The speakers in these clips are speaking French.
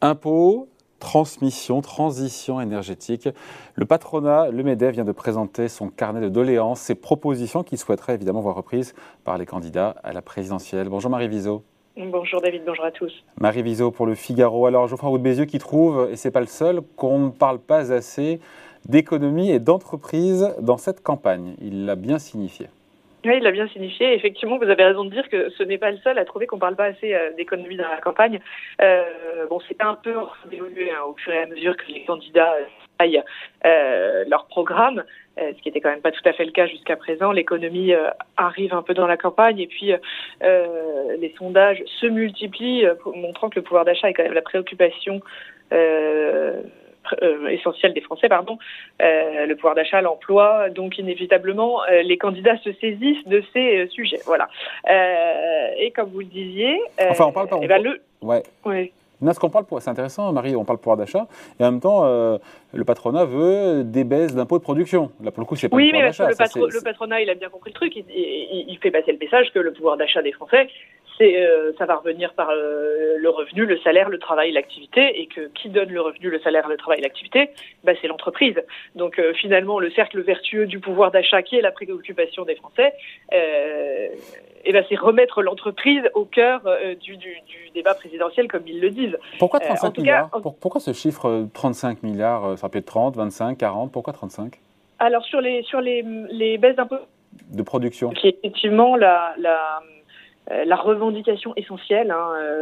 Impôts, transmission, transition énergétique. Le patronat, le MEDEF, vient de présenter son carnet de doléances, ses propositions qu'il souhaiterait évidemment voir reprises par les candidats à la présidentielle. Bonjour Marie Vizot. Bonjour David, bonjour à tous. Marie Vizot pour Le Figaro. Alors Geoffroy Roux de Bézieux qui trouve, et ce n'est pas le seul, qu'on ne parle pas assez d'économie et d'entreprise dans cette campagne. Il l'a bien signifié. Oui, il l'a bien signifié. Effectivement, vous avez raison de dire que ce n'est pas le seul à trouver qu'on ne parle pas assez d'économie dans la campagne. C'est un peu en train d'évoluer au fur et à mesure que les candidats taillent leur programme, ce qui n'était quand même pas tout à fait le cas jusqu'à présent. L'économie arrive un peu dans la campagne et puis les sondages se multiplient, montrant que le pouvoir d'achat est quand même la préoccupation essentiel des Français, le pouvoir d'achat, l'emploi, donc inévitablement les candidats se saisissent de ces sujets. Voilà. Et comme vous le disiez, on parle pas. Ouais. Non, ce qu'on parle, c'est intéressant, Marie. On parle pouvoir d'achat et en même temps, le patronat veut des baisses d'impôts de production. Là, pour le coup, c'est pas le pouvoir d'achat. Le patronat, il a bien compris le truc. Il fait passer le message que le pouvoir d'achat des Français, ça va revenir par le revenu, le salaire, le travail, l'activité, et que qui donne le revenu, le salaire, le travail, l'activité, c'est l'entreprise. Donc finalement, le cercle vertueux du pouvoir d'achat, qui est la préoccupation des Français, c'est remettre l'entreprise au cœur du débat présidentiel, comme ils le disent. Pourquoi 35 milliards Pourquoi ce chiffre 35 milliards, ça peut être 30, 25, 40, pourquoi 35 ? Alors sur les baisses d'impôts de production, qui est effectivement la revendication essentielle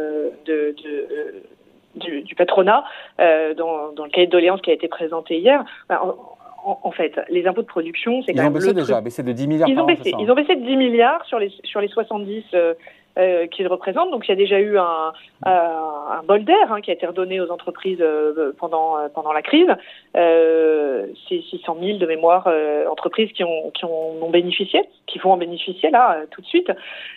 du patronat dans le cahier de doléances qui a été présenté hier. En fait, les impôts de production, c'est quand même baissé de 10 milliards Ils ont baissé de 10 milliards sur les 70 qu'ils représentent. Donc, il y a déjà eu un bol d'air qui a été redonné aux entreprises pendant la crise. C'est 600 000 de mémoire entreprises qui en ont bénéficié, qui vont en bénéficier là tout de suite.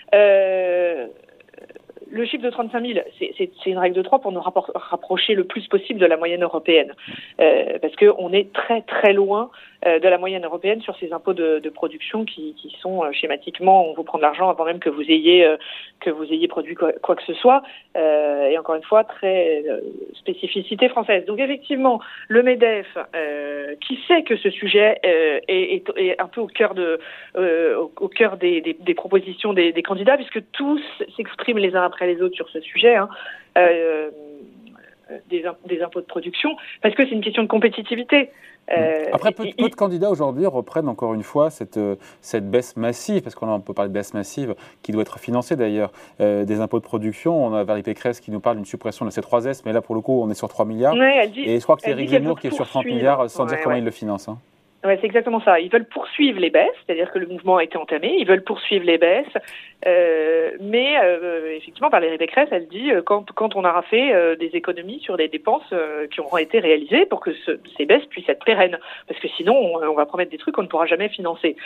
Le chiffre de 35 000, c'est une règle de 3 pour nous rapprocher le plus possible de la moyenne européenne. Parce qu'on est très très loin de la moyenne européenne sur ces impôts de production qui sont schématiquement, on vous prend de l'argent avant même que vous ayez produit quoi que ce soit. Et encore une fois, très spécificité française. Donc effectivement, le MEDEF, qui sait que ce sujet est un peu au cœur des propositions des candidats, puisque tous s'expriment les uns après les autres sur ce sujet, des impôts de production, parce que c'est une question de compétitivité. Après, peu de candidats aujourd'hui reprennent encore une fois cette baisse massive, parce qu'on peut parler de baisse massive, qui doit être financée d'ailleurs, des impôts de production. On a Valérie Pécresse qui nous parle d'une suppression de ces 3S, mais là pour le coup on est sur 3 milliards. Ouais, et je crois que c'est Éric Zemmour qui est sur 30 milliards, sans dire comment il le finance. Ouais, c'est exactement ça. Ils veulent poursuivre les baisses, c'est-à-dire que le mouvement a été entamé, ils veulent poursuivre les baisses, mais effectivement, Valérie Pécresse, elle dit quand on aura fait des économies sur des dépenses qui auront été réalisées pour que ces baisses puissent être pérennes, parce que sinon, on va promettre des trucs qu'on ne pourra jamais financer.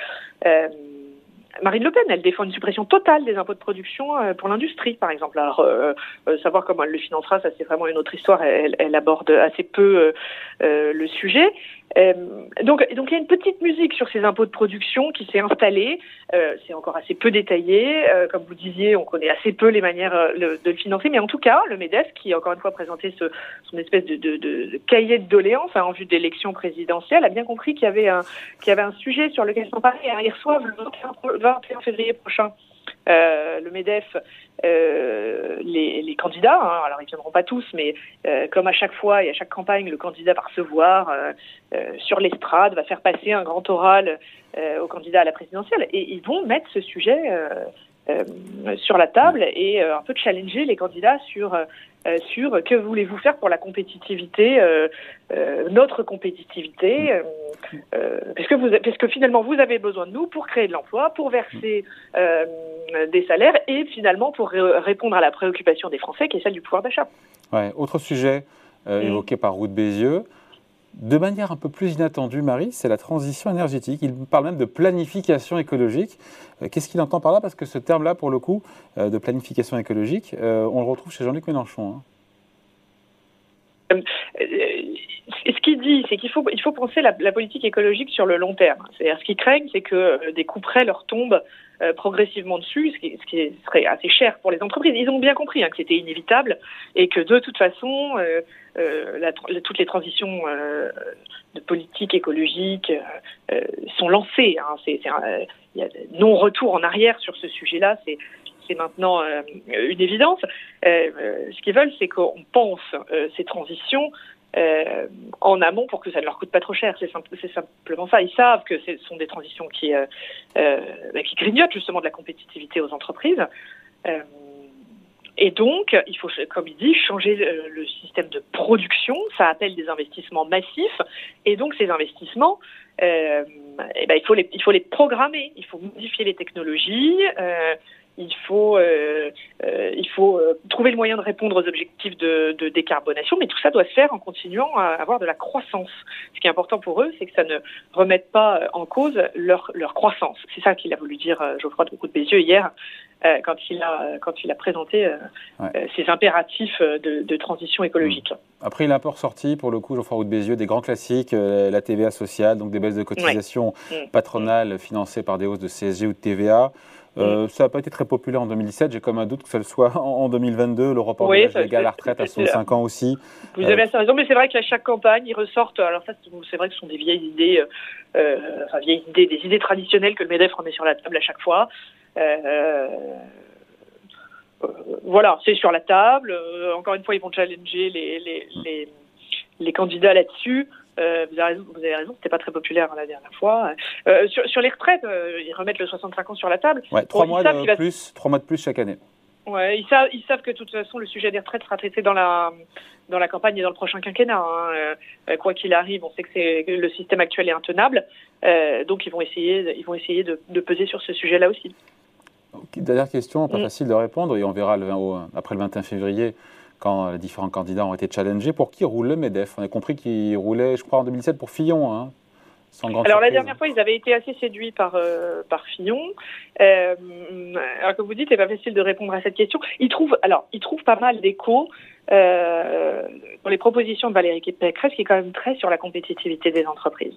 Marine Le Pen, elle défend une suppression totale des impôts de production pour l'industrie, par exemple. Alors, savoir comment elle le financera, ça c'est vraiment une autre histoire. Elle aborde assez peu le sujet. Donc il y a une petite musique sur ces impôts de production qui s'est installée. C'est encore assez peu détaillé. Comme vous disiez, on connaît assez peu les manières de le financer. Mais en tout cas, le MEDEF, qui a encore une fois présenté son espèce de cahier de doléances en vue de l'élection présidentielle, a bien compris qu'il y avait un sujet sur lequel s'en parlait. Ils reçoivent le 21 février prochain. Le MEDEF, les candidats, alors ils viendront pas tous, mais comme à chaque fois et à chaque campagne, le candidat va recevoir sur l'estrade, va faire passer un grand oral au candidat à la présidentielle, et ils vont mettre ce sujet sur la table et un peu challenger les candidats sur que voulez-vous faire pour la compétitivité, notre compétitivité, parce que finalement vous avez besoin de nous pour créer de l'emploi, pour verser des salaires et finalement pour répondre à la préoccupation des Français qui est celle du pouvoir d'achat. Ouais, autre sujet évoqué par Roux de Bézieux. De manière un peu plus inattendue, Marie, c'est la transition énergétique. Il parle même de planification écologique. Qu'est-ce qu'il entend par là ? Parce que ce terme-là, pour le coup, de planification écologique, on le retrouve chez Jean-Luc Mélenchon. Ce qu'il dit, c'est qu'il faut penser la politique écologique sur le long terme. C'est-à-dire, ce qu'ils craignent, c'est que des couperets leur tombent progressivement dessus, ce qui serait assez cher pour les entreprises. Ils ont bien compris que c'était inévitable et que de toute façon, toutes les transitions de politique écologique sont lancées. Il y a non-retour en arrière sur ce sujet-là. C'est maintenant une évidence. Ce qu'ils veulent, c'est qu'on pense ces transitions en amont pour que ça ne leur coûte pas trop cher. C'est simplement ça. Ils savent que ce sont des transitions qui grignotent justement de la compétitivité aux entreprises. Et donc, il faut, comme il dit, changer le système de production. Ça appelle des investissements massifs. Et donc, ces investissements, il faut les programmer. Il faut modifier les technologies. Il faut trouver le moyen de répondre aux objectifs de décarbonation, mais tout ça doit se faire en continuant à avoir de la croissance. Ce qui est important pour eux, c'est que ça ne remette pas en cause leur croissance. C'est ça qu'il a voulu dire Geoffroy de Roux-de-Bézieux hier, quand il a présenté ses impératifs de transition écologique. Après, il a un peu ressorti, pour le coup, Geoffroy Roux-de-Bézieux, des grands classiques, la TVA sociale, donc des baisses de cotisations patronales financées par des hausses de CSG ou de TVA. Ça n'a pas été très populaire en 2017. J'ai comme un doute que ça le soit en 2022. Le report de l'âge légal à la retraite à 65 ans aussi. Vous avez assez raison, mais c'est vrai qu'à chaque campagne, ils ressortent. Alors ça, c'est vrai que ce sont des vieilles idées, des idées traditionnelles que le MEDEF remet sur la table à chaque fois. Voilà, c'est sur la table. Encore une fois, ils vont challenger les candidats là-dessus. Vous avez raison, c'était pas très populaire la dernière fois. Sur les retraites, ils remettent le 65 ans sur la table. 3 mois de plus chaque année. Ouais, ils savent que de toute façon le sujet des retraites sera traité dans la campagne et dans le prochain quinquennat. Quoi qu'il arrive, on sait que le système actuel est intenable, donc ils vont essayer de peser sur ce sujet-là aussi. Dernière question, pas facile de répondre, et on verra après le 21 février. Quand les différents candidats ont été challengés. Pour qui roule le MEDEF ? On a compris qu'il roulait, je crois, en 2017 pour Fillon, sans grande surprise. La dernière fois, ils avaient été assez séduits par Fillon. Alors que vous dites, c'est pas facile de répondre à cette question. Ils trouvent pas mal d'échos dans les propositions de Valérie Pécresse, qui est quand même très sur la compétitivité des entreprises.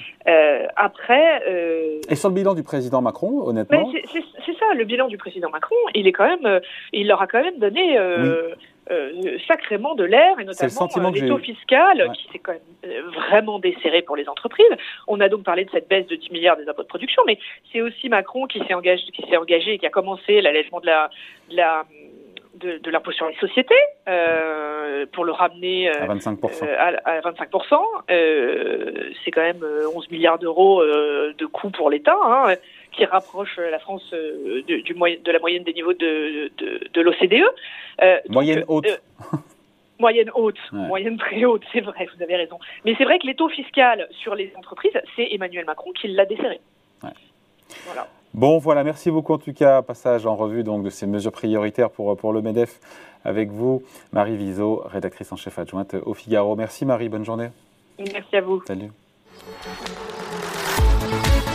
Et sur le bilan du président Macron, honnêtement, c'est ça, le bilan du président Macron. Il leur a quand même donné. Sacrément de l'air, et notamment les taux fiscaux qui s'est quand même vraiment desserré pour les entreprises. On a donc parlé de cette baisse de 10 milliards des impôts de production, mais c'est aussi Macron qui s'est engagé et qui a commencé l'allègement de l'impôt sur les sociétés pour le ramener à 25%. À 25%. C'est quand même 11 milliards d'euros de coûts pour l'État, qui rapproche la France de la moyenne des niveaux de l'OCDE. Moyenne haute. Moyenne haute, moyenne très haute, c'est vrai, vous avez raison. Mais c'est vrai que les taux fiscaux sur les entreprises, c'est Emmanuel Macron qui l'a desserré. Voilà. Bon, voilà, merci beaucoup en tout cas. Passage en revue donc, de ces mesures prioritaires pour le MEDEF avec vous, Marie Vizot, rédactrice en chef adjointe au Figaro. Merci Marie, bonne journée. Merci à vous. Salut.